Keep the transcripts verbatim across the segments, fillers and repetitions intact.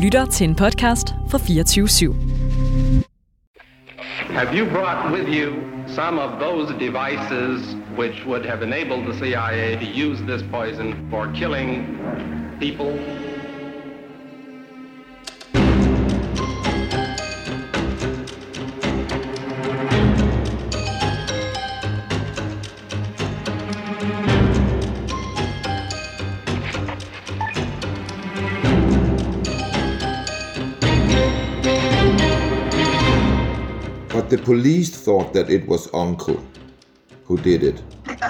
lytter til en podcast fra fireogtyve syv. Have you brought with you some of those devices which would have enabled the C I A to use this poison for killing people? But the police thought that it was Uncle who did it.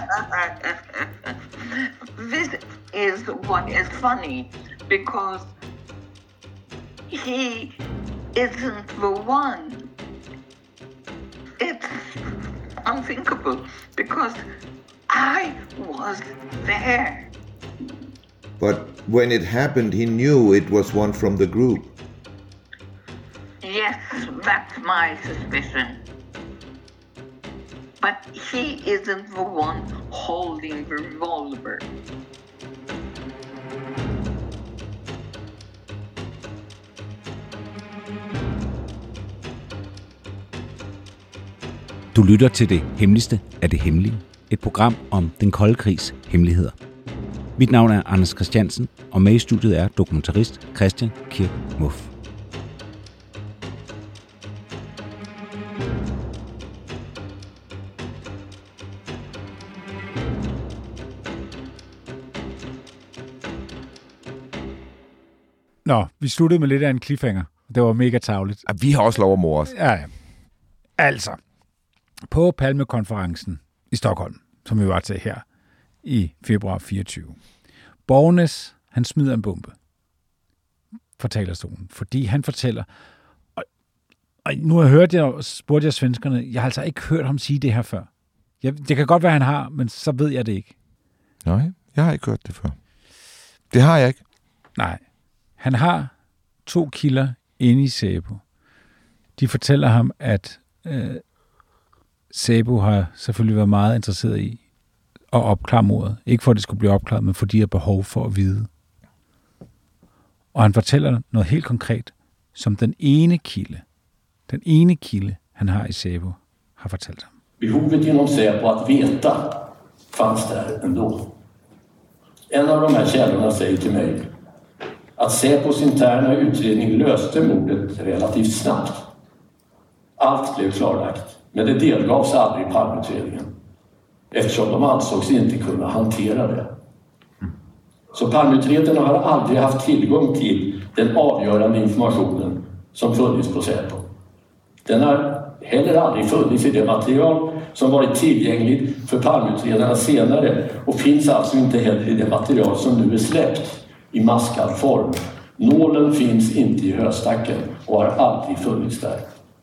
This is what is funny, because he isn't the one. It's unthinkable, because I was there. But when it happened, he knew it was one from the group. Yes, that's my suspicion. But he isn't the one holding the revolver. Du lytter til det hemmeligste af det hemmelige. Et program om den kolde krigs hemmeligheder. Mit navn er Anders Christiansen, og med i studiet er dokumentarist Christian Kirk Muff. Nå, vi sluttede med lidt af en cliffhanger. Det var mega tarveligt. Vi har også lov at mor os. Ja, ja. Altså, på Palmekonferencen i Stockholm, som vi var til her i februar fireogtyve. Borgnes, han smider en bombe fra talerstolen, fordi han fortæller, og, og nu har jeg hørt jer, spurgte jeg svenskerne, jeg har altså ikke hørt ham sige det her før. Jeg, det kan godt være, han har, men så ved jeg det ikke. Nej, jeg har ikke hørt det før. Det har jeg ikke. Nej. Han har to kilder inde i Säpo. De fortæller ham, at øh, Säpo har selvfølgelig været meget interesseret i at opklare mordet. Ikke for, at det skulle blive opklaret, men fordi de har behov for at vide. Og han fortæller noget helt konkret, som den ene kilde, den ene kilde, han har i Säpo, har fortalt ham. Behovet inom Säpo att veta fanns där ändå. En av de här källorna säger till mig att Säpos interna utredning löste mordet relativt snabbt. Allt blev klarlagt, men det delgavs aldrig i Palmeutredningen, eftersom de ansågs inte kunna hantera det. Så Palmeutredarna har aldrig haft tillgång till den avgörande informationen som funnits på Säpo. Den har heller aldrig funnits i det material som varit tillgängligt för Palmeutredarna senare och finns alltså inte heller i det material som nu är släppt i maskad form. Nålen finns inte i höstacken och har aldrig funnits där.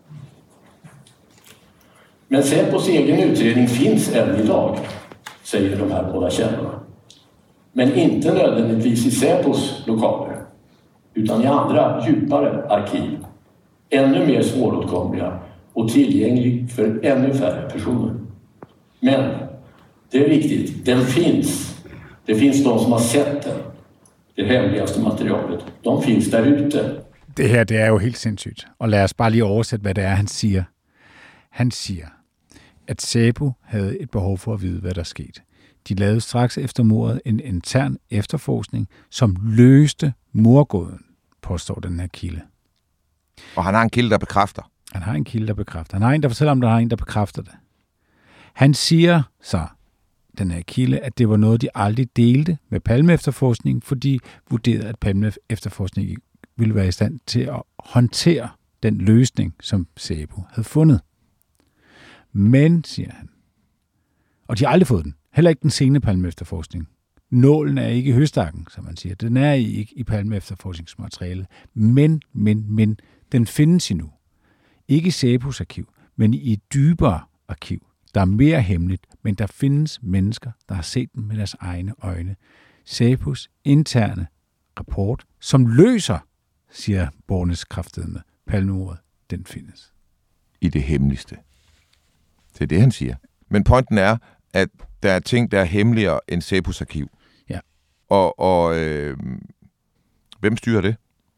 Men Säpos egen utredning finns än idag, säger de här båda källorna. Men inte nödvändigtvis i Säpos lokaler, utan i andra djupare arkiv. Ännu mer svåråtkomliga och tillgänglig för ännu färre personer. Men det är viktigt, den finns. Det finns de som har sett den. Det hemligaste materialet. De finns där ute. Det her, det er jo helt sindssygt. Og lad os bare lige oversætte, hvad det er, han siger. Han siger, at Säpo havde et behov for at vide, hvad der skete. De lavede straks efter mordet en intern efterforskning, som løste mordgåden, påstår den her kilde. Og han har en kilde, der bekræfter. Han har en kilde, der bekræfter. Han har en, der fortæller om, der har en, der bekræfter det. Han siger så, den her kilde, at det var noget, de aldrig delte med Palme-efterforskning, fordi de vurderede, at Palme-efterforskning ville være i stand til at håndtere den løsning, som Säpo havde fundet. Men, siger han, og de har aldrig fået den, heller ikke den sene Palme-efterforskning. Nålen er ikke i høstakken, som man siger. Den er ikke i Palme-efterforskningsmaterialet. Men, men, men, den findes endnu. Ikke i Säpos arkiv, men i et dybere arkiv. Der er mere hemmeligt, men der findes mennesker, der har set den med deres egne øjne. Säpos interne rapport, som løser, siger Bornes kraftedeme, Palmemordet, den findes. I det hemmeligste. Det er det, han siger. Men pointen er, at der er ting, der er hemmeligere end Säpos arkiv. Ja. Og, og øh, hvem styrer det?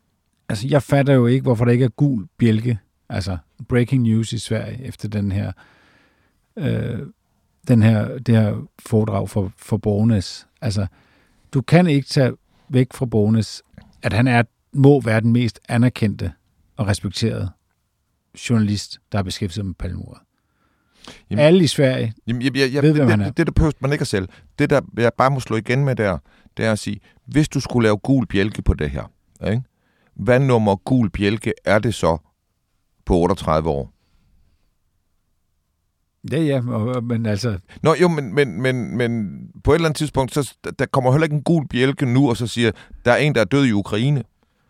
Altså, jeg fatter jo ikke, hvorfor der ikke er gul bjælke, altså breaking news i Sverige, efter den her, øh, den her, det her foredrag for, for Borgnæs. Altså, du kan ikke tage væk fra Borgnæs, at han er, må være den mest anerkendte og respekterede journalist, der har beskæftiget sig med palmemordet. Jamen, alle i Sverige jamen, jeg, jeg, jeg, ved, hvem det, han er. Det, det, det behøver man ikke at sælge. Det, der jeg bare må slå igen med der, det er at sige, hvis du skulle lave gul bjælke på det her, ikke? Hvad nummer gul bjælke er det så på otteogtredive år? Ja, ja, men altså... Nå, jo, men, men, men, men på et eller andet tidspunkt, så der kommer heller ikke en gul bjælke nu, og så siger, der er en, der er død i Ukraine.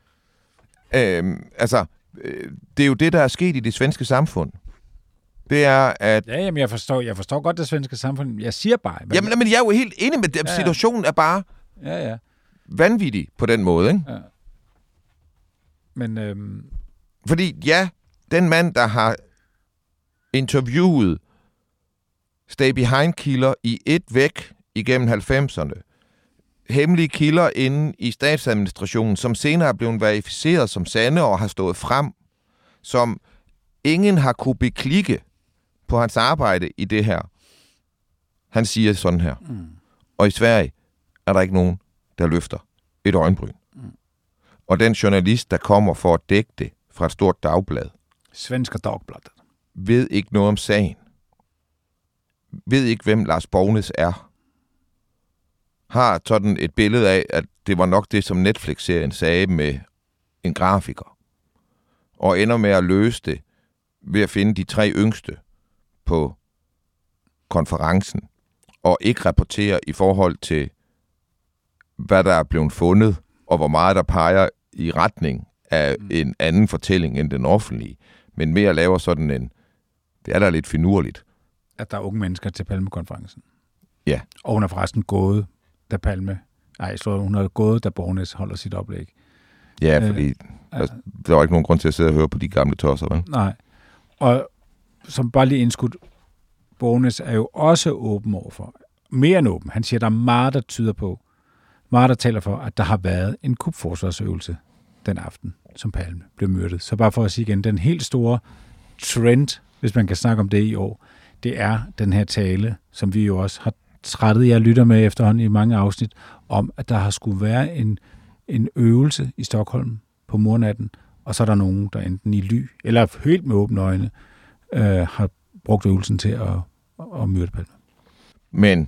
Øhm, altså, øh, det er jo det, der er sket i det svenske samfund. Det er, at... Ja, jamen, jeg forstår, jeg forstår godt det svenske samfund. Jeg siger bare... Men... Jamen, men jeg er jo helt enig med det. Situationen er bare ja, ja. vanvittig på den måde, ikke? Ja. Men... Øhm... Fordi, ja, den mand, der har interviewet stay behind kilder i et væk igennem halvfemserne, hemmelige kilder inde i statsadministrationen, som senere er blevet verificeret som sande og har stået frem, som ingen har kunne beklikke på hans arbejde i det her. Han siger sådan her. Mm. Og i Sverige er der ikke nogen, der løfter et øjenbryn. Mm. Og den journalist, der kommer for at dække det fra et stort dagblad, Svenska Dagbladet, ved ikke noget om sagen. Ved ikke, hvem Lars Borgnæs er. Har sådan et billede af, at det var nok det, som Netflix-serien sagde med en grafiker. Og ender med at løse det ved at finde de tre yngste på konferencen. Og ikke rapportere i forhold til, hvad der er blevet fundet, og hvor meget der peger i retning af mm. en anden fortælling end den offentlige. Men mere laver sådan en, det er da lidt finurligt. At der er unge mennesker til Palmekonferencen. Ja. Og hun er forresten gået, da Palme... Nej, så hun er gået, da Borgnæs holder sit oplæg. Ja, fordi øh, altså, der var ikke nogen grund til at sidde og høre på de gamle tosser, vel? Nej. Og som bare lige indskudt, Borgnæs er jo også åben overfor. Mere end åben. Han siger, at der er meget, der tyder på, meget, der taler for, at der har været en kupforsvarsøvelse den aften, som Palme blev myrdet. Så bare for at sige igen, den helt store trend, hvis man kan snakke om det i år, det er den her tale, som vi jo også har trættet jer lytter med efterhånden i mange afsnit, om at der har skulle være en, en øvelse i Stockholm på mordnatten, og så er der nogen, der enten i ly, eller helt med åbne øjne, øh, har brugt øvelsen til at, at myrde Palme. Men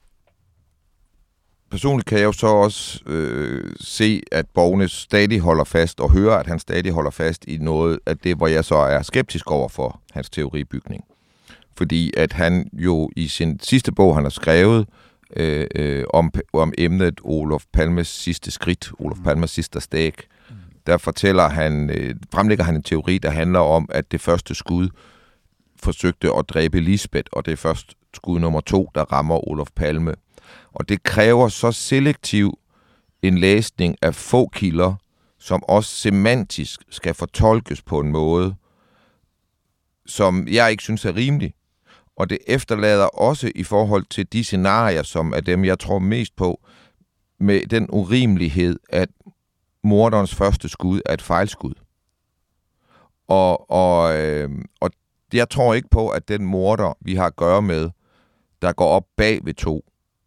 personligt kan jeg jo så også øh, se, at Borgnæs stadig holder fast, og høre, at han stadig holder fast i noget af det, hvor jeg så er skeptisk over for hans teoribygning. Fordi at han jo i sin sidste bog, han har skrevet øh, øh, om, om emnet Olof Palmes sidste skridt, Olof Palmes sidste stæk, mm. der fortæller han, øh, fremlægger han en teori, der handler om, at det første skud forsøgte at dræbe Lisbeth, og det er først skud nummer to, der rammer Olof Palme. Og det kræver så selektiv en læsning af få kilder, som også semantisk skal fortolkes på en måde, som jeg ikke synes er rimelig. Og det efterlader også i forhold til de scenarier, som er dem, jeg tror mest på, med den urimelighed, at morderens første skud er et fejlskud. Og, og, øh, og jeg tror ikke på, at den morder, vi har at gøre med, der går op bag ved to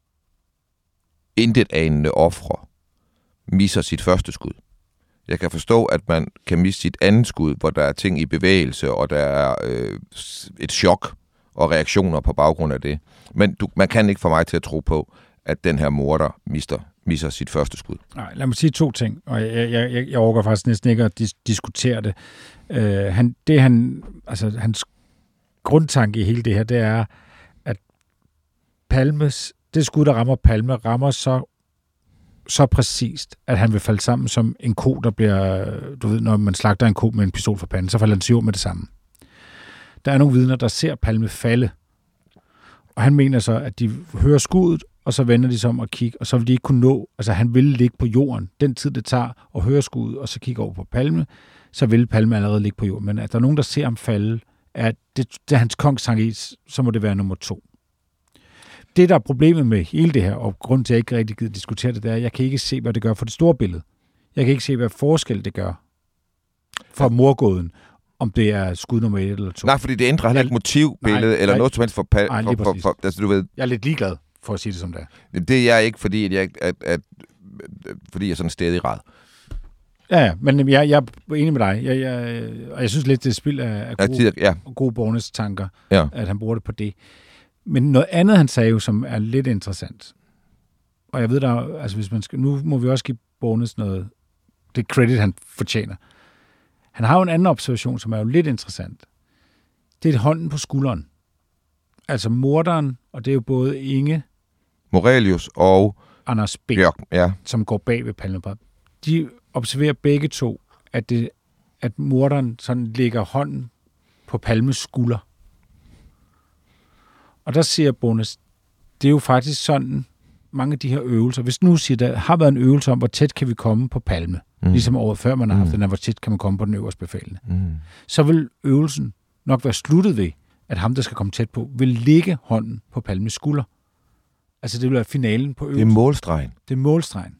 intetanende ofre, misser sit første skud. Jeg kan forstå, at man kan miste sit andet skud, hvor der er ting i bevægelse, og der er øh, et chok og reaktioner på baggrund af det. Men du, man kan ikke få mig til at tro på, at den her morder mister, misser sit første skud. Nej, lad mig sige to ting, og jeg, jeg, jeg, jeg overgår faktisk næsten ikke at dis- diskutere det. Uh, han, det han, altså, hans grundtanke i hele det her, det er, at Palmes, det skud, der rammer Palme, rammer så så præcist, at han vil falde sammen som en ko, der bliver, du ved, når man slagter en ko med en pistol for panden, så falder han til jord med det samme. Der er nogle vidner, der ser Palme falde, og han mener så, at de hører skuddet, og så vender de sig om og kigger, og så vil de ikke kunne nå, altså han vil ligge på jorden, den tid det tager at høre skuddet, og så kigge over på Palme, så vil Palme allerede ligge på jorden. Men at der er nogen, der ser ham falde, at det, det er hans kongstanke i, så må det være nummer to. Det, der er problemet med hele det her, og grund til, at jeg ikke rigtig gider diskutere det, det er, at jeg kan ikke se, hvad det gør for det store billede. Jeg kan ikke se, hvad forskel det gør for morgåden, om det er skud nummer et eller to. Nej, fordi det ændrer heller ikke motivbilledet, nej, eller nej, noget som helst for... Pa- nej, for, for, for altså, du ved, jeg er lidt ligeglad, for at sige det som det er. Det er jeg ikke, fordi, at jeg, at, at, fordi jeg er sådan stedig rad. Ja, ja, men jeg, jeg er enig med dig. Jeg, jeg, og jeg synes lidt, det er spild af, af gode, ja. gode Bornes tanker, ja. At han bruger det på det. Men noget andet, han sagde jo, som er lidt interessant. Og jeg ved der, altså hvis man skal, nu må vi også give Bornes noget, det credit, han fortjener. Han har jo en anden observation, som er jo lidt interessant. Det er hånden på skulderen. Altså morderen, og det er jo både Inge Morelius og Anders B., Bjørk, ja. Som går bag ved Palmemordet. De observerer begge to, at, det, at morderen sådan lægger hånden på Palmes skulder. Og der siger Bornes, det er jo faktisk sådan, mange af de her øvelser, hvis nu siger, der har været en øvelse om, hvor tæt kan vi komme på Palme, mm. ligesom året før man har haft mm. den her, hvor tæt kan man komme på den øverste befalende, mm. så vil øvelsen nok være sluttet ved, at ham, der skal komme tæt på, vil lægge hånden på Palmes skulder. Altså det vil være finalen på øvelsen. Det er målstregen. Det er målstregen.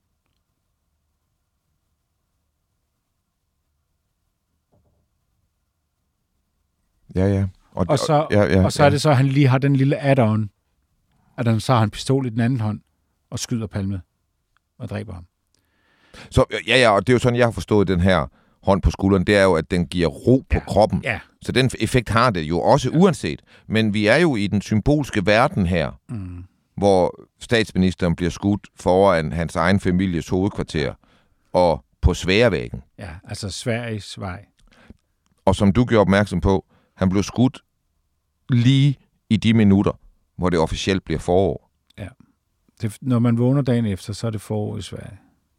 Ja, ja. Og, og, så, ja, ja, og så er det så, at han lige har den lille add-on, at han så har en pistol i den anden hånd, og skyder Palme og dræber ham. Så ja, ja, og det er jo sådan, jeg har forstået den her hånd på skulderen, det er jo, at den giver ro på ja, kroppen. Ja. Så den effekt har det jo også ja. uanset. Men vi er jo i den symbolske verden her, mm. hvor statsministeren bliver skudt foran hans egen families hovedkvarter og på Sværvæggen. Ja, altså Sveriges vej. Og som du gjorde opmærksom på, han blev skudt lige i de minutter, hvor det officielt bliver forår. Ja. Det, når man vågner dagen efter, så er det forår i Sverige.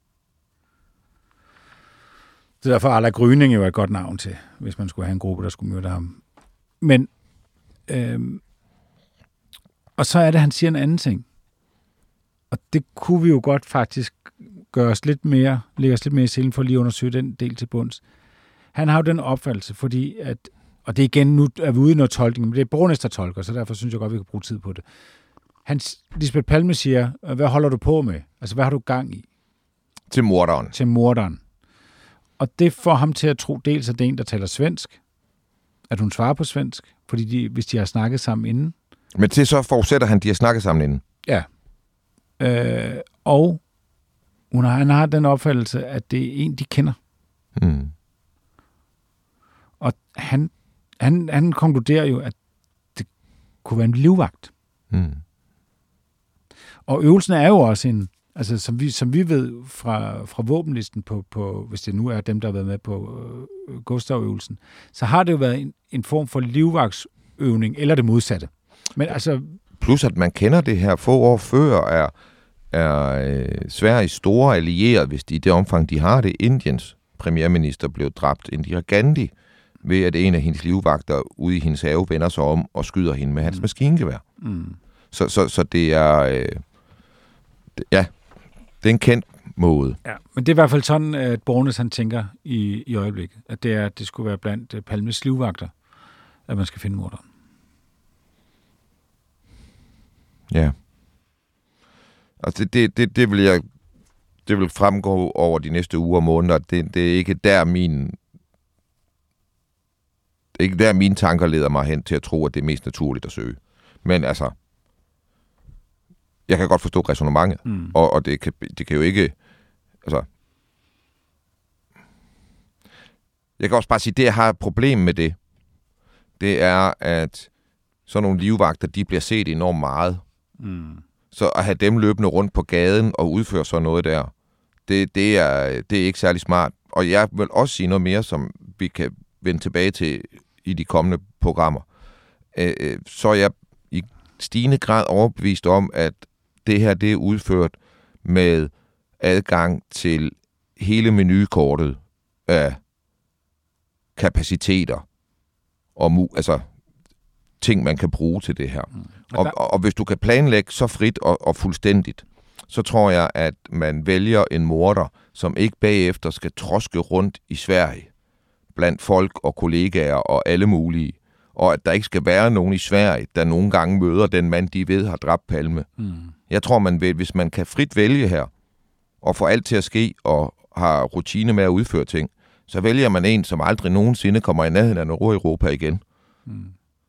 Det er derfor, Arla Gryning jo er et godt navn til, hvis man skulle have en gruppe, der skulle møde ham. Men, øhm, og så er det, han siger en anden ting. Og det kunne vi jo godt faktisk gøre os lidt mere, lægge os lidt mere i selen for lige at undersøge den del til bunds. Han har jo den opfattelse, fordi at, og det er igen, nu er vi ude i noget tolkning, men det er Bornes, der tolker, så derfor synes jeg godt, vi kan bruge tid på det. Han, Lisbeth Palme siger, hvad holder du på med? Altså, hvad har du gang i? Til morderen. Til morderen. Og det får ham til at tro dels, at det er en, der taler svensk, at hun svarer på svensk, fordi de, hvis de har snakket sammen inden. Men til så forudsætter han, at de har snakket sammen inden. Ja. Øh, og hun har, han har den opfattelse, at det er en, de kender. Mm. Og han, han, han konkluderer jo, at det kunne være en livvagt. Mm. Og øvelsen er jo også en, altså som vi, som vi ved fra, fra våbenlisten på, på, hvis det nu er dem, der har været med på øh, Gustav-øvelsen, så har det jo været en, en form for livvagtsøvning, eller det modsatte. Men altså... Plus at man kender det her få år før, er, er øh, Sveriges store allierede, hvis de i det omfang, de har det. Indiens premierminister blev dræbt, Indira Gandhi, ved at en af hendes livvagter ude i hendes have vender sig om og skyder hende med hans mm. maskingevær. Mm. Så, så, så det er... Øh, det, ja, det er en kendt måde. Ja, men det er i hvert fald sådan, at Bornes han tænker i, i øjeblikket, at det, er, at det skulle være blandt uh, Palmes livvagter, at man skal finde morderen. Ja. Altså det, det, det, det vil jeg det vil fremgå over de næste uger og måneder. Det, det er ikke der min det er ikke der mine tanker leder mig hen til at tro, at det er mest naturligt at søge. Men altså jeg kan godt forstå ræsonnementet, mm. og, og det, kan, det kan jo ikke... Altså, jeg kan også bare sige, det jeg har et problem med det, det er, at sådan nogle livvagter, de bliver set enormt meget. Mm. Så at have dem løbende rundt på gaden og udføre sådan noget der, det, det, er, det er ikke særlig smart. Og jeg vil også sige noget mere, som vi kan vende tilbage til i de kommende programmer. Øh, så er jeg i stigende grad overbevist om, at det her, det er udført med adgang til hele menukortet af kapaciteter og mu- altså ting, man kan bruge til det her. Mm. Og, og, og hvis du kan planlægge så frit og, og fuldstændigt, så tror jeg, at man vælger en morder, som ikke bagefter skal troske rundt i Sverige blandt folk og kollegaer og alle mulige, og at der ikke skal være nogen i Sverige, der nogle gange møder den mand, de ved har dræbt Palme. Mm. Jeg tror, man vil, hvis man kan frit vælge her, og få alt til at ske, og har rutine med at udføre ting, så vælger man en, som aldrig nogensinde kommer i nærheden af Nordeuropa igen. Mm.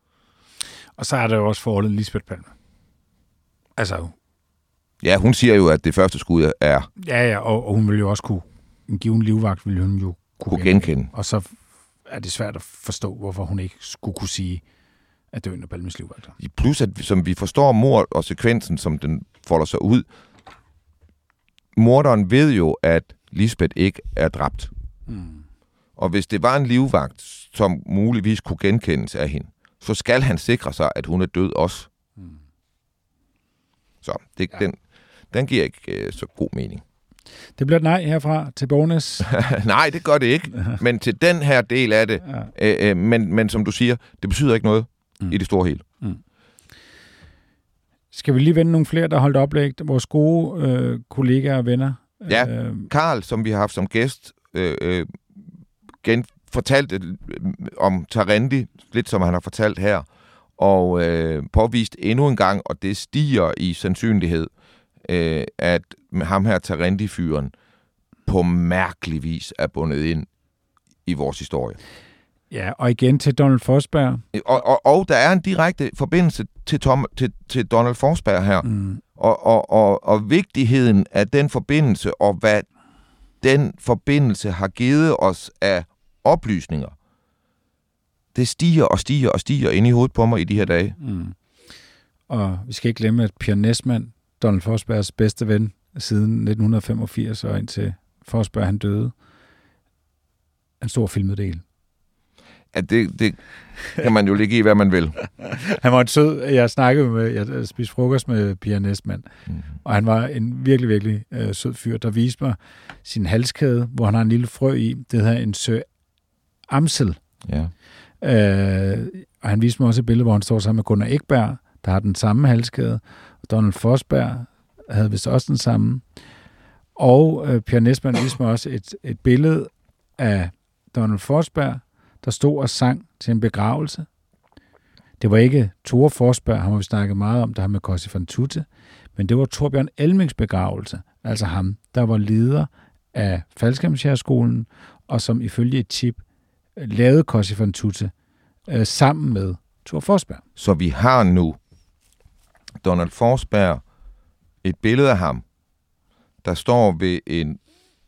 Og så er der jo også forholdet Lisbeth Palme. Altså... Ja, hun siger jo, at det første skud er... Ja, ja, og, og hun vil jo også kunne... En given livvagt vil hun jo kunne, kunne genkende. Og så er det svært at forstå, hvorfor hun ikke skulle kunne sige, at det er en af Palmes livvagter. Plus, at som vi forstår mord og sekvensen, som den folder sig ud, morderen ved jo, at Lisbeth ikke er dræbt. Mm. Og hvis det var en livvagt, som muligvis kunne genkendes af hende, så skal han sikre sig, at hun er død også. Mm. Så det, ja. den, den giver ikke øh, så god mening. Det bliver et nej herfra til Borgnes. Nej, det gør det ikke. Men til den her del af det. Ja. Øh, øh, men, men som du siger, det betyder ikke noget mm. i det store hele. Mm. Skal vi lige vende nogle flere, der har holdt oplæg? Vores gode øh, kollegaer og venner. Ja, øh, Karl, som vi har haft som gæst, øh, øh, gen, fortalte øh, om Tarendi, lidt som han har fortalt her, og øh, påvist endnu en gang, og det stiger i sandsynlighed, øh, at ham her Tarendi-fyren på mærkelig vis er bundet ind i vores historie. Ja, og igen til Donald Forsberg. Og, og, og der er en direkte forbindelse til, Tom, til, til Donald Forsberg her. Mm. Og, og, og, og vigtigheden af den forbindelse, og hvad den forbindelse har givet os af oplysninger, det stiger og stiger og stiger ind i hovedet på mig i de her dage. Mm. Og vi skal ikke glemme, at Per Næsman, Donald Forsbergs bedste ven, siden nitten femogfirs og indtil Forsberg han døde, en stor filmedel. Ja, det, det kan man jo ligge i, hvad man vil. Han var en sød. Jeg snakkede med, jeg spiste frokost med Pia Næsman, mm-hmm. og han var en virkelig, virkelig øh, sød fyr, der viste mig sin halskæde, hvor han har en lille frø i. Det hedder en Sir Amsel. Ja. Øh, og han viste mig også et billede, hvor han står sammen med Gunnar Ekberg, der har den samme halskæde. Og Donald Forsberg havde vist også den samme. Og øh, Pia Næsman viste mig også et, et billede af Donald Forsberg, der stod og sang til en begravelse. Det var ikke Tore Forsberg, ham har vi snakket meget om, der har med Cosi van Tutte, men det var Torbjørn Elmings begravelse, altså ham, der var leder af Faldskærmsjægerskolen, og som ifølge et tip lavede Cosi van Tutte øh, sammen med Tore Forsberg. Så vi har nu Donald Forsberg, et billede af ham, der står ved en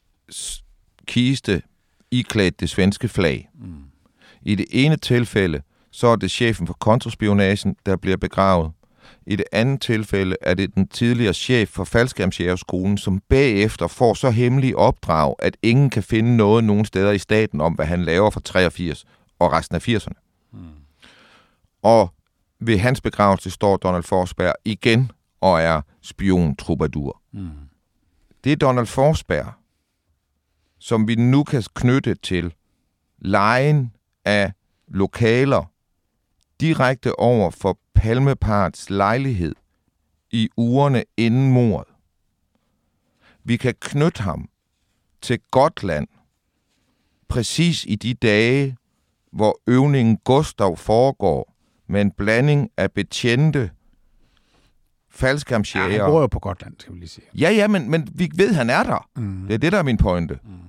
kiste iklædt det svenske flag. Mm. I det ene tilfælde, så er det chefen for kontraspionagen, der bliver begravet. I det andet tilfælde er det den tidligere chef for Faldskærmsjægerskolen, som bagefter får så hemmelige opdrag, at ingen kan finde noget nogen steder i staten om, hvad han laver fra treogfirs og resten af firserne. Mm. Og ved hans begravelse står Donald Forsberg igen og er spion-troubadour. Mm. Det er Donald Forsberg, som vi nu kan knytte til lejen af lokaler direkte over for Palmeparts lejlighed i ugerne inden mordet. Vi kan knytte ham til Gotland præcis i de dage, hvor øvningen Gustav foregår med en blanding af betjente, faldskærmsjæger. Ja, han bor jo på Gotland, skal vi lige sige. Ja, ja, men, men vi ved, han er der. Mm. Det er det, der er min pointe. Mm.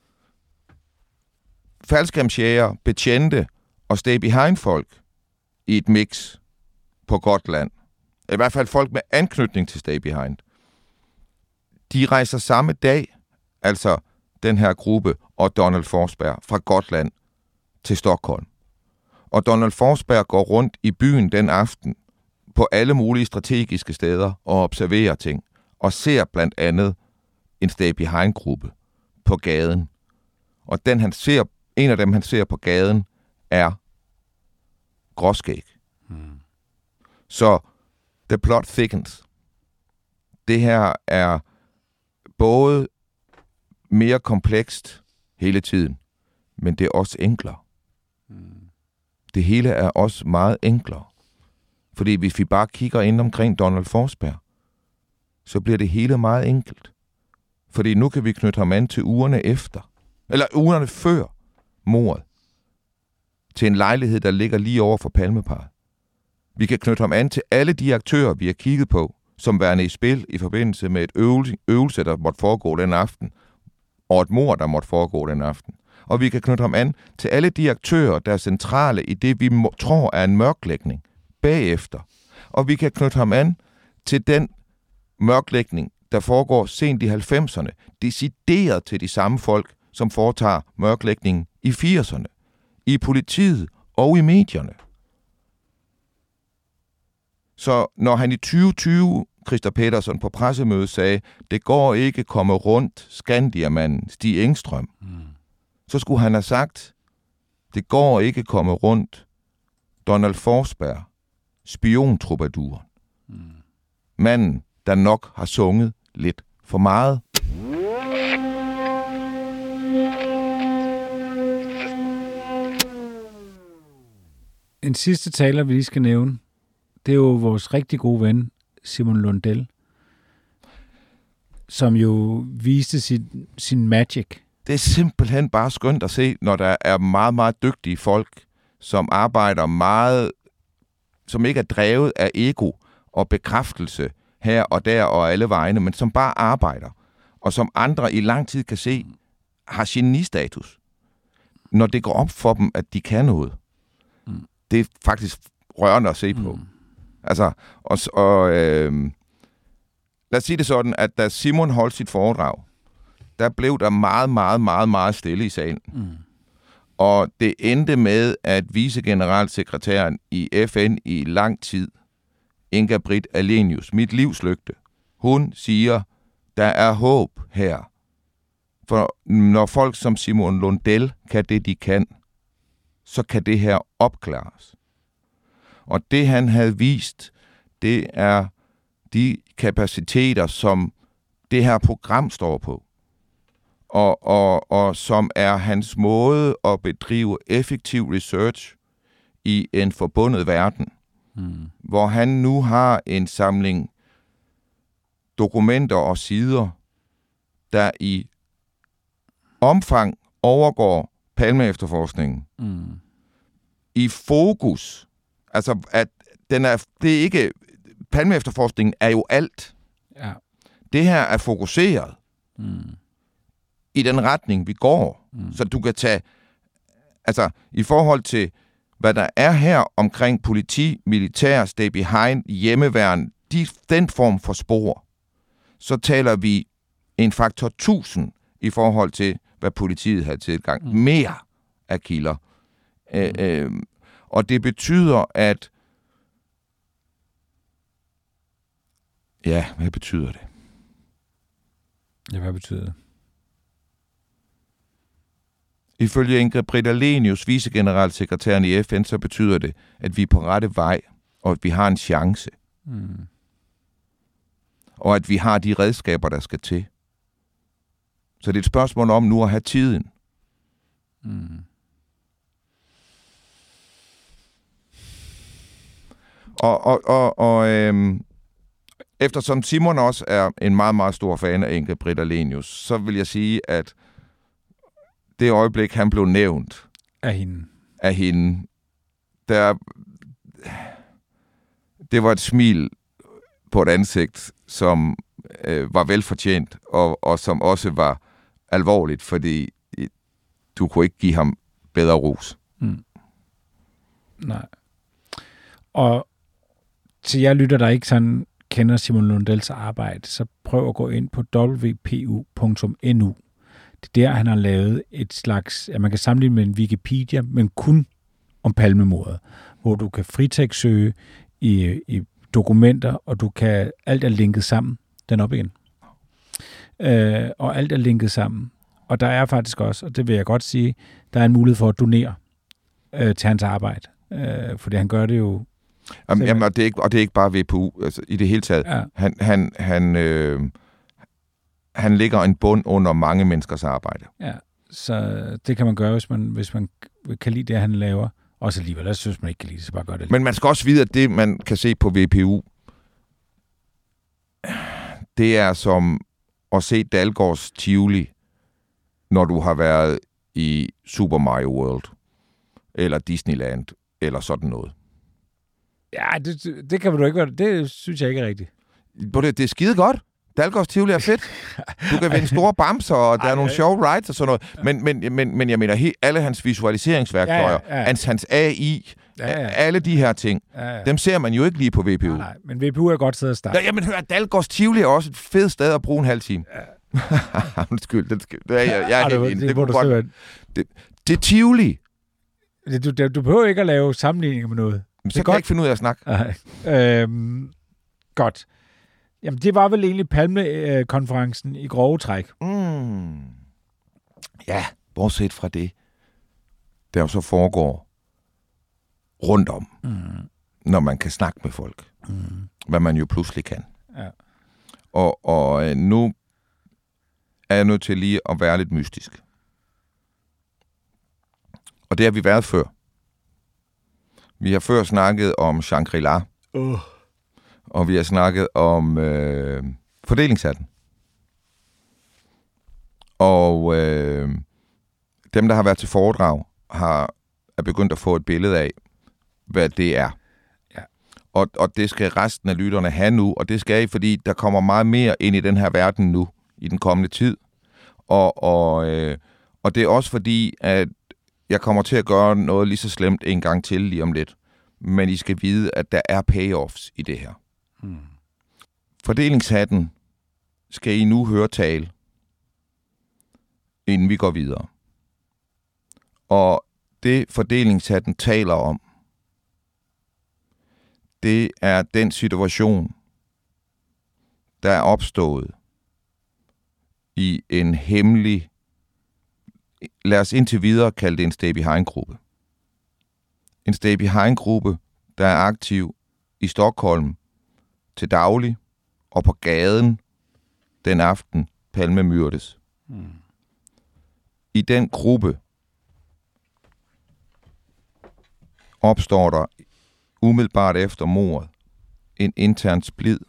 Faldskærmsjæger, betjente og stay behind folk i et mix på Gotland. I hvert fald folk med anknytning til stay behind. De rejser samme dag, altså den her gruppe og Donald Forsberg fra Gotland til Stockholm. Og Donald Forsberg går rundt i byen den aften på alle mulige strategiske steder og observerer ting. Og ser blandt andet en stay behind gruppe på gaden. Og den han ser, en af dem han ser på gaden er Gråskæg. Hmm. Så the plot thickens. Det her er både mere komplekst hele tiden, men det er også enklere. Hmm. Det hele er også meget enklere. Fordi hvis vi bare kigger ind omkring Donald Forsberg, så bliver det hele meget enkelt. Fordi nu kan vi knytte ham an til ugerne efter, eller ugerne før mordet, til en lejlighed, der ligger lige over for Palmeparret. Vi kan knytte ham an til alle de aktører, vi har kigget på, som værende i spil i forbindelse med et øvelse, øvelse, der måtte foregå den aften, og et mord, der måtte foregå den aften. og vi kan knytte ham an til alle de aktører, der er centrale i det, vi må, tror er en mørklægning bagefter. Og vi kan knytte ham an til den mørklægning, der foregår sent i halvfemserne, decideret til de samme folk, som foretager mørklægningen i firserne, i politiet og i medierne. Så når han i tyve tyve, Christer Petersen på pressemødet sagde, det går ikke komme rundt Skandiamanden Stig Engstrøm, mm. så skulle han have sagt, det går ikke komme rundt Donald Forsberg, spiontrubaduren. Mm. Manden, der nok har sunget lidt for meget. En sidste taler, vi lige skal nævne, det er jo vores rigtig gode ven, Simon Lundell, som jo viste sin, sin magic. Det er simpelthen bare skønt at se, når der er meget, meget dygtige folk, som arbejder meget, som ikke er drevet af ego og bekræftelse her og der og alle vegne, men som bare arbejder, og som andre i lang tid kan se, har genistatus. Når det går op for dem, at de kan noget. Mm. Det er faktisk rørende at se på. Mm. Altså, og, og øh, lad os sige det sådan, at da Simon holdt sit foredrag, der blev der meget, meget, meget, meget stille i salen. Mm. Og det endte med, at vicegeneralsekretæren i F N i lang tid, Inga-Britt Ahlenius, mit livs lygte, hun siger, der er håb her. For når folk som Simon Lundell kan det, de kan, så kan det her opklares. Og det, han havde vist, det er de kapaciteter, som det her program står på. Og, og, og som er hans måde at bedrive effektiv research i en forbundet verden. Hmm. Hvor han nu har en samling dokumenter og sider, der i omfang overgår Palme-efterforskningen. Hmm. I fokus. Altså, at den er, det er ikke... Palme-efterforskningen er jo alt. Ja. Det her er fokuseret hmm. i den retning, vi går. Hmm. Så du kan tage... Altså, i forhold til, hvad der er her omkring politi, militær, stay behind, hjemmeværn, de, den form for spor, så taler vi en faktor tusind i forhold til, hvad politiet havde tilgang. Mm. Mere af kilder. Mm. Øh, øh, og det betyder, at... Ja, hvad betyder det? Ja, hvad betyder det? Ifølge Inga-Britt Ahlenius, vicegeneralsekretæren i F N, så betyder det, at vi er på rette vej, og at vi har en chance. Mm. Og at vi har de redskaber, der skal til. Så det er et spørgsmål om nu at have tiden. Mm. Og, og, og, og øhm, eftersom Simon også er en meget, meget stor fan af Inga-Britt Ahlenius, så vil jeg sige, at det øjeblik, han blev nævnt af hende, af hende der, det var et smil på et ansigt, som øh, var velfortjent, og, og som også var alvorligt, fordi du kunne ikke give ham bedre ros. Mm. Nej. Og til jeg lytter, der ikke sådan kender Simon Lundells arbejde, så prøv at gå ind på w p u punktum n u. Det er der, han har lavet et slags, ja, man kan sammenligne med en Wikipedia, men kun om Palmemordet, hvor du kan fritekstsøge i, i dokumenter, og du kan, alt er linket sammen. Den op igen. Øh, og alt er linket sammen. Og der er faktisk også, og det vil jeg godt sige, der er en mulighed for at donere øh, til hans arbejde. Øh, fordi han gør det jo... Jamen, jamen, og, det er ikke, og det er ikke bare V P U, altså, i det hele taget. Ja. Han, han, han, øh, han lægger en bund under mange menneskers arbejde. Ja, så det kan man gøre, hvis man, hvis man kan lide det, han laver. Også alligevel, jeg synes, man ikke kan lide det, så bare gør det. Men man skal også vide, at det, man kan se på V P U, det er som at se Dalgårds Tivoli, når du har været i Super Mario World, eller Disneyland, eller sådan noget. Ja, det, det kan du ikke være. Det synes jeg ikke er rigtigt. Det, det er skide godt. Dalgårds Tivoli er fedt. Du kan vinde store bamser, og der Ej, er nogle sjove rides og sådan noget. Men, men, men, men jeg mener, he, alle hans visualiseringsværktøjer, ja, ja, ja. Hans, hans A I, ja, ja. alle de her ting, ja, ja. Dem ser man jo ikke lige på V P U. Nej, nej, men V P U er godt stedet at starte. Ja, jamen hør, Dalgårds Tivoli er også et fedt sted at bruge en halv time. Ja. Undskyld, det, det, jeg, jeg, jeg er helt enig. Det, det, godt, det, det er Tivoli. Du, du, du behøver ikke at lave sammenligninger med noget. Men så kan godt. Jeg ikke finde ud af at snakke. Øhm, godt. Jamen, det var vel egentlig Palme-konferencen i grove træk. Mm. Ja, bortset fra det, der jo så foregår rundt om, mm. når man kan snakke med folk. Mm. Hvad man jo pludselig kan. Ja. Og, og nu er jeg nødt til lige at være lidt mystisk. Og det har vi været før. Vi har før snakket om Shangri-La. Uh. Og vi har snakket om øh, fordelingshatten. Og øh, dem, der har været til foredrag, har er begyndt at få et billede af, hvad det er. Ja. Og, og det skal resten af lytterne have nu, og det skal I, fordi der kommer meget mere ind i den her verden nu, i den kommende tid. Og, og, øh, og det er også fordi, at jeg kommer til at gøre noget lige så slemt en gang til lige om lidt. Men I skal vide, at der er payoffs i det her. Hmm. Fordelingshatten skal I nu høre tale, inden vi går videre. Og det fordelingshatten taler om, det er den situation, der er opstået i en hemmelig, lad os indtil videre kalde det en stay-behind-gruppe. En stay-behind-gruppe, der er aktiv i Stockholm til daglig og på gaden den aften Palme myrdes. Hmm. I den gruppe opstår der umiddelbart efter mordet en intern splid,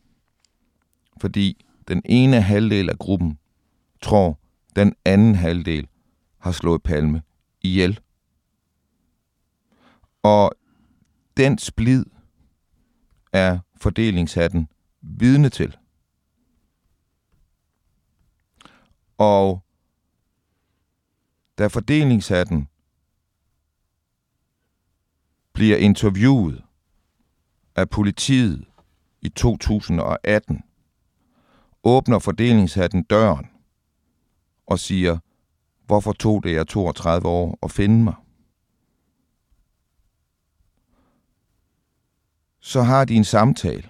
fordi den ene halvdel af gruppen tror, den anden halvdel har slået Palme ihjel. Og den splid er fordelingshatten vidne til. Og da fordelingshatten bliver interviewet af politiet i to tusind og atten, åbner fordelingshatten døren og siger, hvorfor tog det jer toogtredive år at finde mig? Så har de en samtale.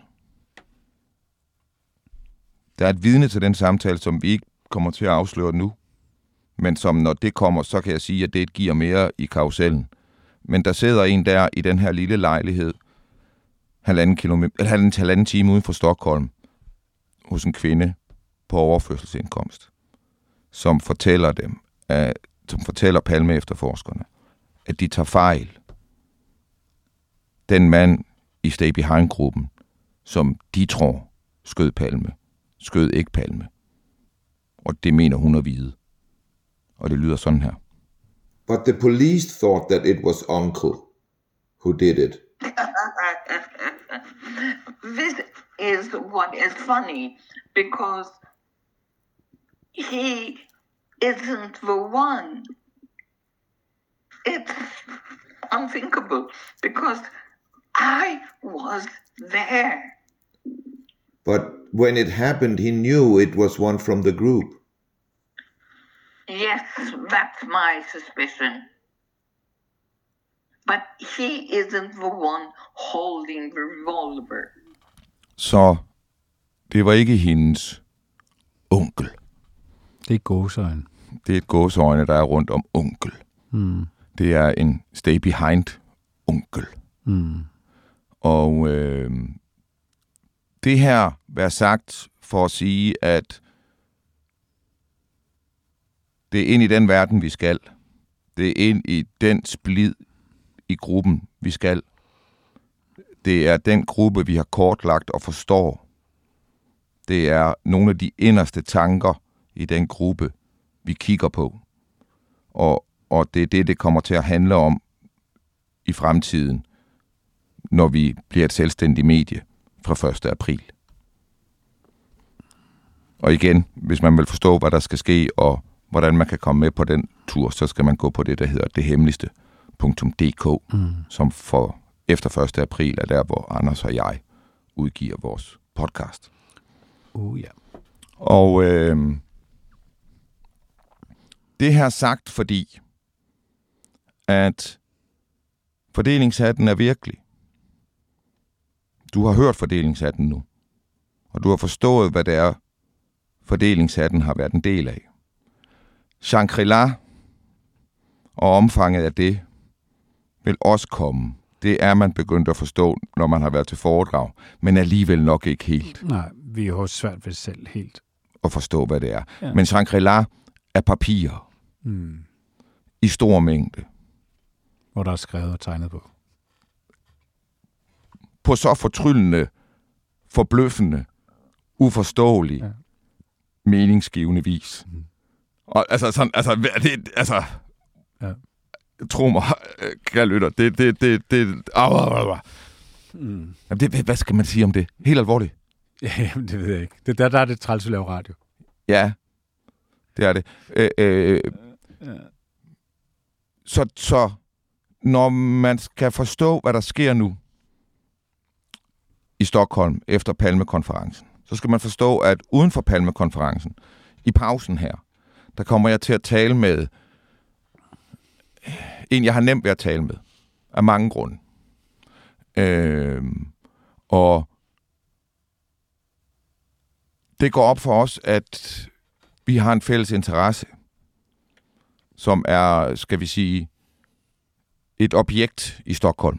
Der er et vidne til den samtale, som vi ikke kommer til at afsløre nu. Men som når det kommer, så kan jeg sige, at det giver mere i karusellen. Men der sidder en der i den her lille lejlighed, halvanden, kilometer, halvanden, halvanden time uden for Stockholm, hos en kvinde på overførselsindkomst, som fortæller dem, at, som fortæller Palme efterforskerne, at de tager fejl. Den mand i Stay Behind-gruppen, som de tror skød Palme, skød ikke Palme. Og det mener hun at vide. Og det lyder sådan her. But the police thought that it was uncle who did it. This is what is funny, because he isn't the one. It's unthinkable, because I was there. But when it happened, he knew it was one from the group. Yes, that's my suspicion. But he isn't the one holding the revolver. Så det var ikke hendes onkel. Det er gåseøjne. Det er et gåseøjne, der er rundt om onkel. Mm. Det er en stay behind onkel. Mm. Og øh, det her var sagt for at sige, at det er ind i den verden, vi skal. Det er ind i den splid i gruppen, vi skal. Det er den gruppe, vi har kortlagt og forstår. Det er nogle af de inderste tanker i den gruppe, vi kigger på. Og, og det er det, det kommer til at handle om i fremtiden, når vi bliver et selvstændigt medie fra første april. Og igen, hvis man vil forstå, hvad der skal ske, og hvordan man kan komme med på den tur, så skal man gå på det, der hedder det hemmeligste punktum d k, mm. som for efter første april er der, hvor Anders og jeg udgiver vores podcast. Uh, ja. Og øh, det her sagt, fordi at fordelingshatten er virkelig. Du har hørt fordelingshatten nu, og du har forstået, hvad det er, fordelingshatten har været en del af. Shangri-La og omfanget af det vil også komme. Det er man begyndt at forstå, når man har været til foredrag, men alligevel nok ikke helt. Nej, vi er jo svært ved selv helt at forstå, hvad det er. Ja. Men Shangri-La er papirer mm. i stor mængde. Hvor der er skrevet og tegnet på. På så fortryllende, forbløffende, uforståelig, ja. meningsgivende vis. Mm. Og altså sådan, altså, det, altså, ja. tro mig, kære lytter, det, det, det, det, au, au, au. Mm. Jamen, det, hvad skal man sige om det? Helt alvorligt. Jamen, det ved jeg ikke. Det der, der er det træls at lave radio. Ja, det er det. Øh, øh, ja. Så, så, når man skal forstå, hvad der sker nu i Stockholm efter Palmekonferencen, så skal man forstå, at uden for Palmekonferencen, i pausen her, der kommer jeg til at tale med en, jeg har nemt ved at tale med, af mange grunde. Øh, og det går op for os, at vi har en fælles interesse, som er, skal vi sige, et objekt i Stockholm.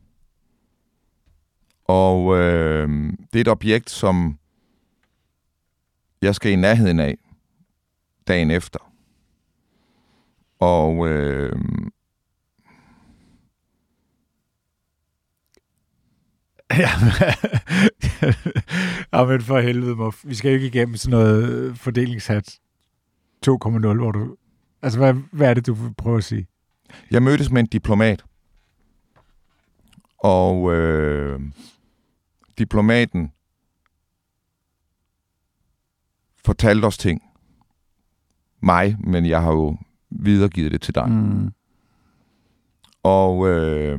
Og øh, det er et objekt, som jeg skal i nærheden af dagen efter. Og øh, ja, men for helvede, må. Vi skal jo ikke igennem sådan noget fordelingshat to komma nul, hvor du... Altså, hvad, hvad er det, du vil prøve at sige? Jeg mødtes med en diplomat, og øh, diplomaten fortalte os ting. Mig, men jeg har jo videregivet det til dig. Mm. Og øh,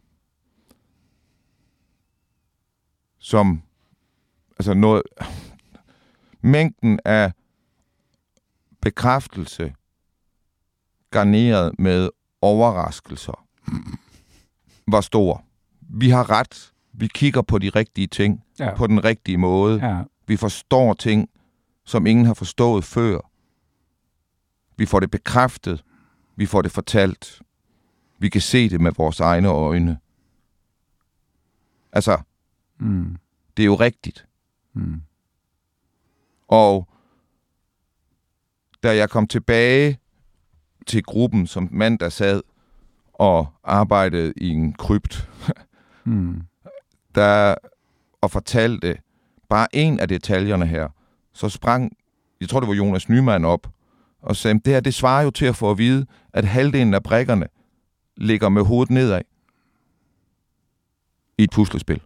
som altså noget mængden af bekræftelse garneret med overraskelser var stor. Vi har ret. Vi kigger på de rigtige ting ja. på den rigtige måde. Ja. Vi forstår ting, som ingen har forstået før. Vi får det bekræftet. Vi får det fortalt. Vi kan se det med vores egne øjne. Altså, mm. det er jo rigtigt. Mm. Og da jeg kom tilbage til gruppen som mand, der sad og arbejdede i en krypt, mm. der, og fortalte bare en af detaljerne her, så sprang, jeg tror det var Jonas Nyman op, og sagde, det her, det svarer jo til at få at vide, at halvdelen af brikkerne ligger med hovedet nedad i et puslespil.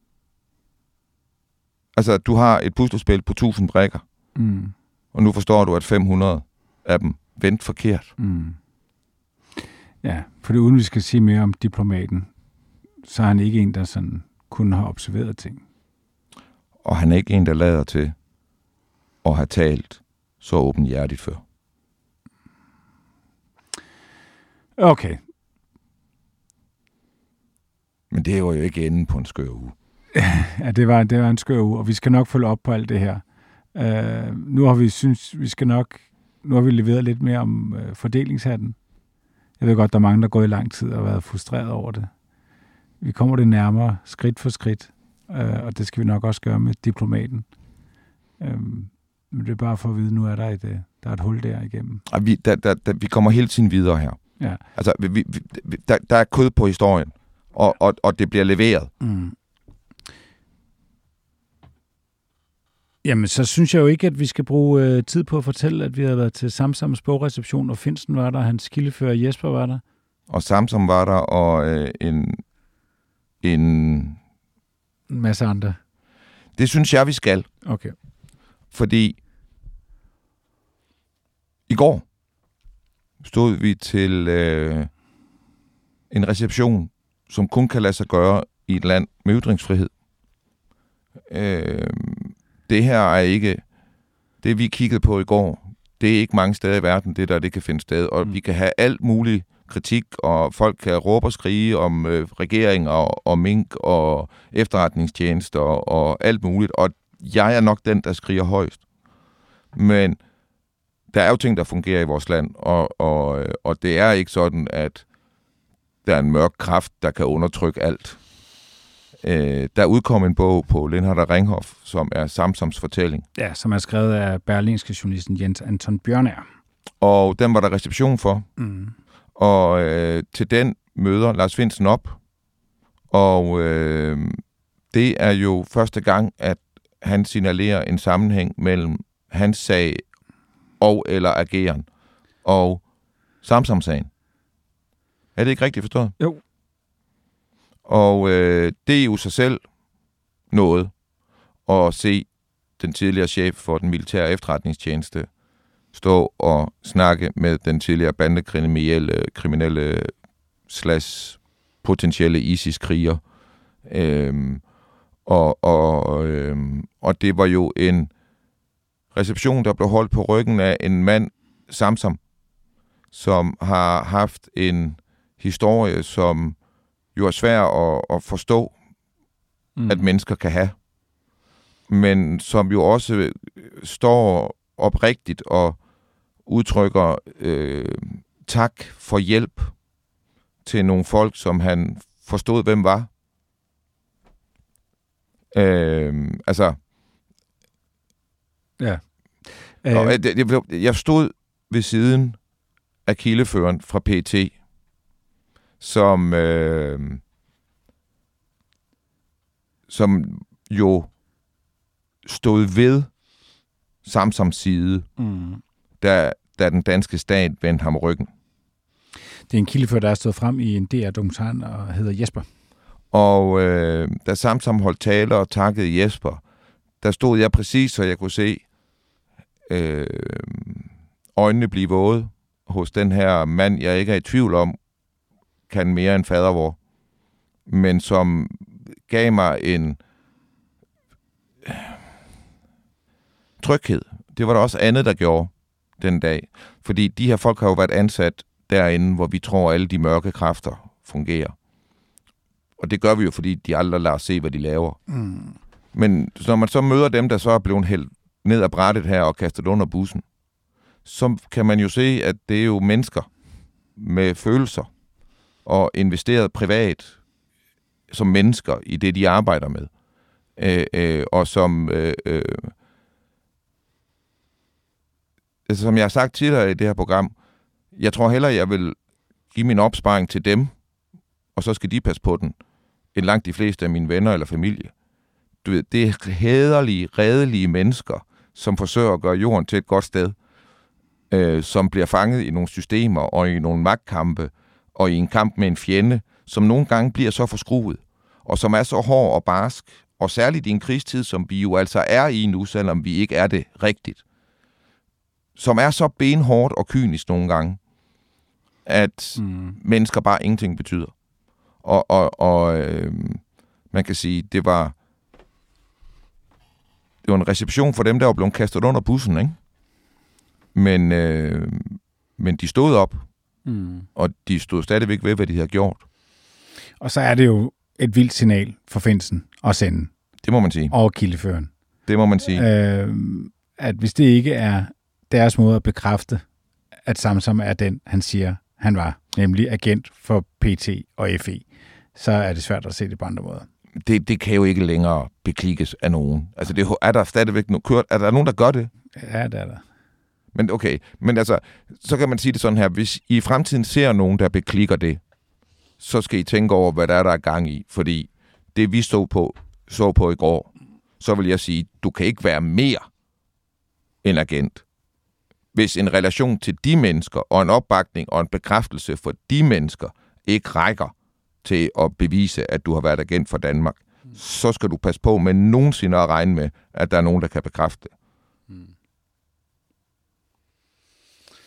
Altså, du har et puslespil på tusind brikker, mm. og nu forstår du, at fem hundrede af dem vendt forkert. Mm. Ja, for det uden vi skal sige mere om diplomaten, så er han ikke en, der sådan kun har observeret ting. Og han er ikke en, der lader til at have talt så åbenhjertigt før. Okay. Men det var jo ikke enden på en skør uge. Ja, det var, det var en skør uge, og vi skal nok følge op på alt det her. Uh, nu har vi synes, vi skal nok, nu har vi leveret lidt mere om uh, fordelingshatten. Jeg ved godt, der er mange, der går i lang tid og har været frustreret over det. Vi kommer det nærmere, skridt for skridt, uh, og det skal vi nok også gøre med diplomaten. Uh, men det er bare for at vide, nu er der et, uh, der er et hul der igennem. Og vi, der, der, der, vi kommer hele tiden videre her. Ja. Altså, vi, vi, der, der er kød på historien, og, og, og det bliver leveret. Mm. Jamen, så synes jeg jo ikke, at vi skal bruge øh, tid på at fortælle, at vi har været til Samsams bogreception, og Finsen var der, hans kildefører Jesper var der. Og Samsam var der, og øh, en, en... En masse andre. Det synes jeg, vi skal. Okay. Fordi I går stod vi til øh, en reception, som kun kan lade sig gøre i et land med ytringsfrihed. Øh, det her er ikke... Det, vi kiggede på i går, det er ikke mange steder i verden, det der det kan finde sted. Og mm. vi kan have alt muligt kritik, og folk kan råbe og skrige om øh, regering og, og mink og efterretningstjenester og, og alt muligt. Og jeg er nok den, der skriger højst. Men der er jo ting, der fungerer i vores land, og, og, og det er ikke sådan, at der er en mørk kraft, der kan undertrykke alt. Øh, der udkom en bog på Lindhardt og Ringhof, som er Samsams fortælling. Ja, som er skrevet af berlingske journalisten Jens Anton Bjørnær. Og den var der reception for. Mm. Og øh, til den møder Lars Findsen op. Og øh, det er jo første gang, at han signalerer en sammenhæng mellem hans sag og eller ageren og Samsam-sagen. Er det ikke rigtigt forstået? Jo. Og øh, det er jo sig selv noget at se den tidligere chef for den militære efterretningstjeneste stå og snakke med den tidligere bandekriminelle kriminelle slash potentielle ISIS-kriger. Øhm, og, og, øhm, og det var jo en reception, der blev holdt på ryggen af en mand, Samsam, som har haft en historie, som jo er svær at, at forstå, mm. at mennesker kan have. Men som jo også står oprigtigt og udtrykker øh, tak for hjælp til nogle folk, som han forstod, hvem var. Øh, altså... Ja. Øh. Og, jeg, jeg stod ved siden af kildeføreren fra P E T, som, øh, som jo stod ved Samsams side, mm. da, da den danske stat vendte ham ryggen. Det er en kildefører, der er stået frem i en D R-dokumentar og hedder Jesper. Og øh, da Samsam holdt taler og takkede Jesper, der stod jeg præcis, så jeg kunne se øh, øjnene blive våde hos den her mand, jeg ikke er i tvivl om, kan mere end fadervor, men som gav mig en tryghed. Det var der også andet, der gjorde den dag. Fordi de her folk har jo været ansat derinde, hvor vi tror, alle de mørke kræfter fungerer. Og det gør vi jo, fordi de aldrig lader os se, hvad de laver. Mm. Men når man så møder dem, der så er blevet hældt ned ad brættet her og kastet under bussen, så kan man jo se, at det er jo mennesker med følelser og investeret privat som mennesker i det, de arbejder med. Øh, øh, og som, øh, øh, altså, som jeg har sagt tidligere i det her program, jeg tror hellere, jeg vil give min opsparing til dem, og så skal de passe på den, end langt de fleste af mine venner eller familie. Du ved, det er hæderlige, redelige mennesker, som forsøger at gøre jorden til et godt sted, øh, som bliver fanget i nogle systemer og i nogle magtkampe, og i en kamp med en fjende, som nogle gange bliver så forskruet, og som er så hård og barsk, og særligt i en krigstid, som vi jo altså er i nu, selvom vi ikke er det rigtigt, som er så benhårdt og kynisk nogle gange, at mm. mennesker bare ingenting betyder. Og, og, og øh, man kan sige, det var det var en reception for dem, der var blevet kastet under bussen, ikke? Men, øh, men de stod op, mm. og de stod stadigvæk ved, hvad de havde gjort. Og så er det jo et vildt signal for Findsen at sende. Det må man sige. Og kildeføren. Det må man sige. Øh, at hvis det ikke er deres måde at bekræfte, at Samsam er den, han siger, han var, nemlig agent for P T og F E, så er det svært at se det på andre måder. Det, det kan jo ikke længere beklikkes af nogen. Altså, det, er der stadigvæk no- kørt? Er der nogen, der gør det? Ja, det er der. Men okay, men altså, så kan man sige det sådan her. Hvis I i fremtiden ser nogen, der beklikker det, så skal I tænke over, hvad der er, der er gang i. Fordi det, vi så på, så på i går, så vil jeg sige, du kan ikke være mere end agent. Hvis en relation til de mennesker, og en opbakning og en bekræftelse for de mennesker, ikke rækker til at bevise, at du har været agent for Danmark, mm. så skal du passe på med nogensinde at regne med, at der er nogen, der kan bekræfte det. Mm.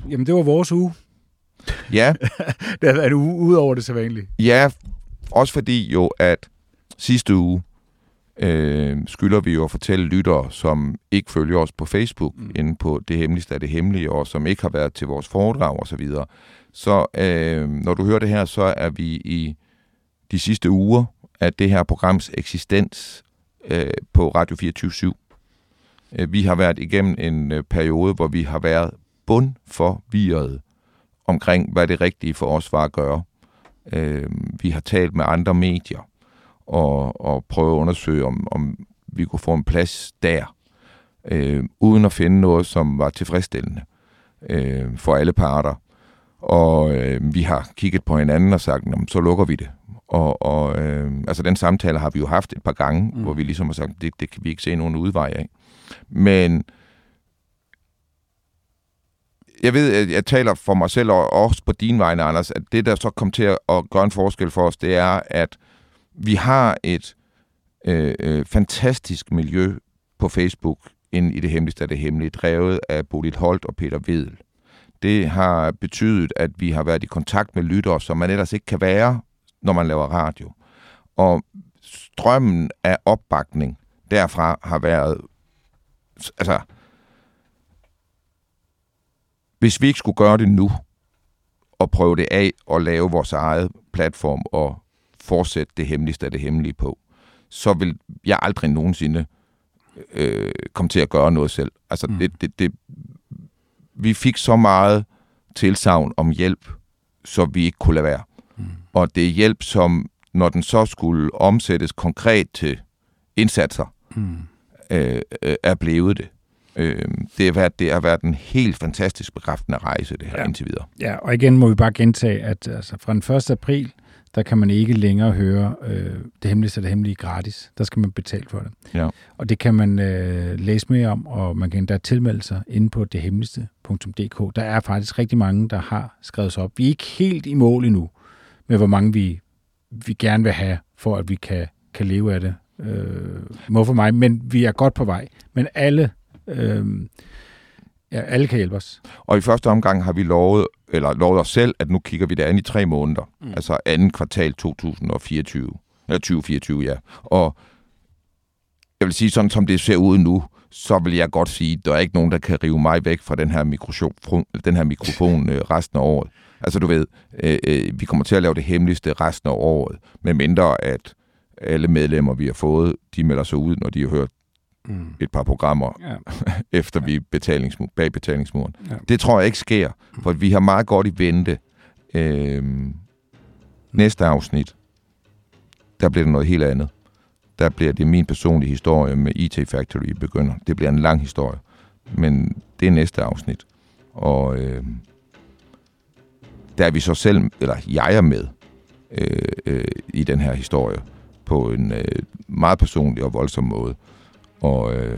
Jamen, det var vores uge. Ja. Det har været en uge ud over det sædvanlige. Ja, også fordi jo, at sidste uge øh, skylder vi jo at fortælle lyttere, som ikke følger os på Facebook, mm. inde på Det Hemmeligste af det Hemmelige, og som ikke har været til vores foredrag og så videre. Så øh, når du hører det her, så er vi i de sidste uger af det her programs eksistens øh, på Radio fireogtyve syv. Vi har været igennem en øh, periode, hvor vi har været bundforvirrede omkring, hvad det rigtige for os var at gøre. Øh, vi har talt med andre medier og, og prøvet at undersøge, om, om vi kunne få en plads der, øh, uden at finde noget, som var tilfredsstillende øh, for alle parter. Og øh, vi har kigget på hinanden og sagt, så lukker vi det. Og, og øh, altså den samtale har vi jo haft et par gange, mm. hvor vi ligesom har sagt, det, det kan vi ikke se nogen udvej af. Men jeg ved, at jeg taler for mig selv og også på din vegne, Anders, at det, der så kom til at gøre en forskel for os, det er, at vi har et øh, øh, fantastisk miljø på Facebook inde i Det Hemmeligste af det Hemmelige, drevet af Bodil Holt og Peter Wedel. Det har betydet, at vi har været i kontakt med lyttere, som man ellers ikke kan være, når man laver radio. Og strømmen af opbakning derfra har været, altså, hvis vi ikke skulle gøre det nu, og prøve det af og lave vores eget platform og fortsætte Det Hemmeligste af det Hemmelige på, så vil jeg aldrig nogensinde øh, komme til at gøre noget selv. Altså, mm. det, det, det, vi fik så meget tilsagn om hjælp, så vi ikke kunne lade være. Mm. Og det er hjælp, som når den så skulle omsættes konkret til indsatser, mm. øh, øh, er blevet det. Øh, det, har været, det har været en helt fantastisk bekræftende rejse, det her ja. indtil videre. Ja, og igen må vi bare gentage, at altså, fra den første april, der kan man ikke længere høre øh, Det Hemmeligste af det Hemmelige gratis. Der skal man betale for det. Ja. Og det kan man øh, læse mere om, og man kan endda tilmelde sig inde på det hemmeligste punktum d k. Der er faktisk rigtig mange, der har skrevet sig op. Vi er ikke helt i mål endnu med, hvor mange vi, vi gerne vil have, for at vi kan, kan leve af det. Øh, må for mig, men vi er godt på vej. Men alle, øh, ja, alle kan hjælpe os. Og i første omgang har vi lovet, eller lovet os selv, at nu kigger vi det an i tre måneder. Mm. Altså anden kvartal to tusind og fireogtyve. Eller tyve fireogtyve, ja. Og jeg vil sige, sådan som det ser ud nu, så vil jeg godt sige, at der er ikke nogen, der kan rive mig væk fra den her mikrofon, den her mikrofon resten af året. Altså du ved, øh, øh, vi kommer til at lave det hemmeligste resten af året, med mindre at alle medlemmer, vi har fået, de melder sig ud, når de har hørt mm. et par programmer, ja. efter ja. vi betalingsmur, bag betalingsmuren. Ja. Det tror jeg ikke sker, for vi har meget godt i vente. Øh, næste afsnit, der bliver det noget helt andet. Der bliver det min personlige historie med I T Factory begynder. Det bliver en lang historie, men det er næste afsnit. Og øh, der er vi så selv, eller jeg er med øh, øh, i den her historie, på en øh, meget personlig og voldsom måde. Og øh,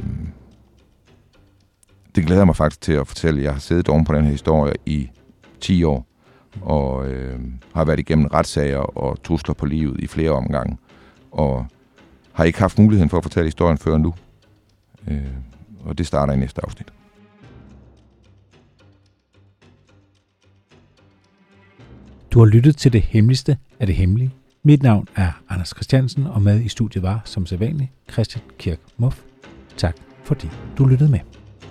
det glæder mig faktisk til at fortælle. Jeg har siddet oven på den her historie i ti år, og øh, har været igennem retssager og trusler på livet i flere omgange, og har ikke haft muligheden for at fortælle historien før nu. Øh, og det starter i næste afsnit. Du har lyttet til Det Hemmeligste af det Hemmelige. Mit navn er Anders Christiansen, og med i studiet var, som sædvanligt, Christian Kirk Muff. Tak fordi du lyttede med.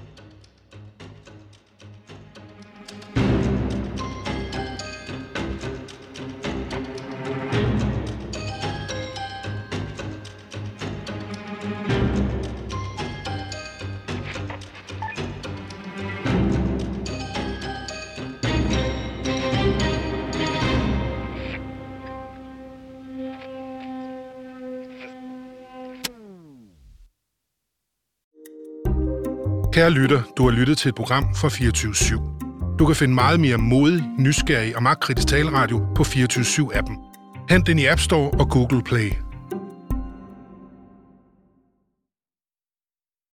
Kære lytter, du har lyttet til et program fra fireogtyve syv. Du kan finde meget mere modig, nysgerrig og magtkritisk taleradio på fireogtyve syv appen. Hent den i App Store og Google Play.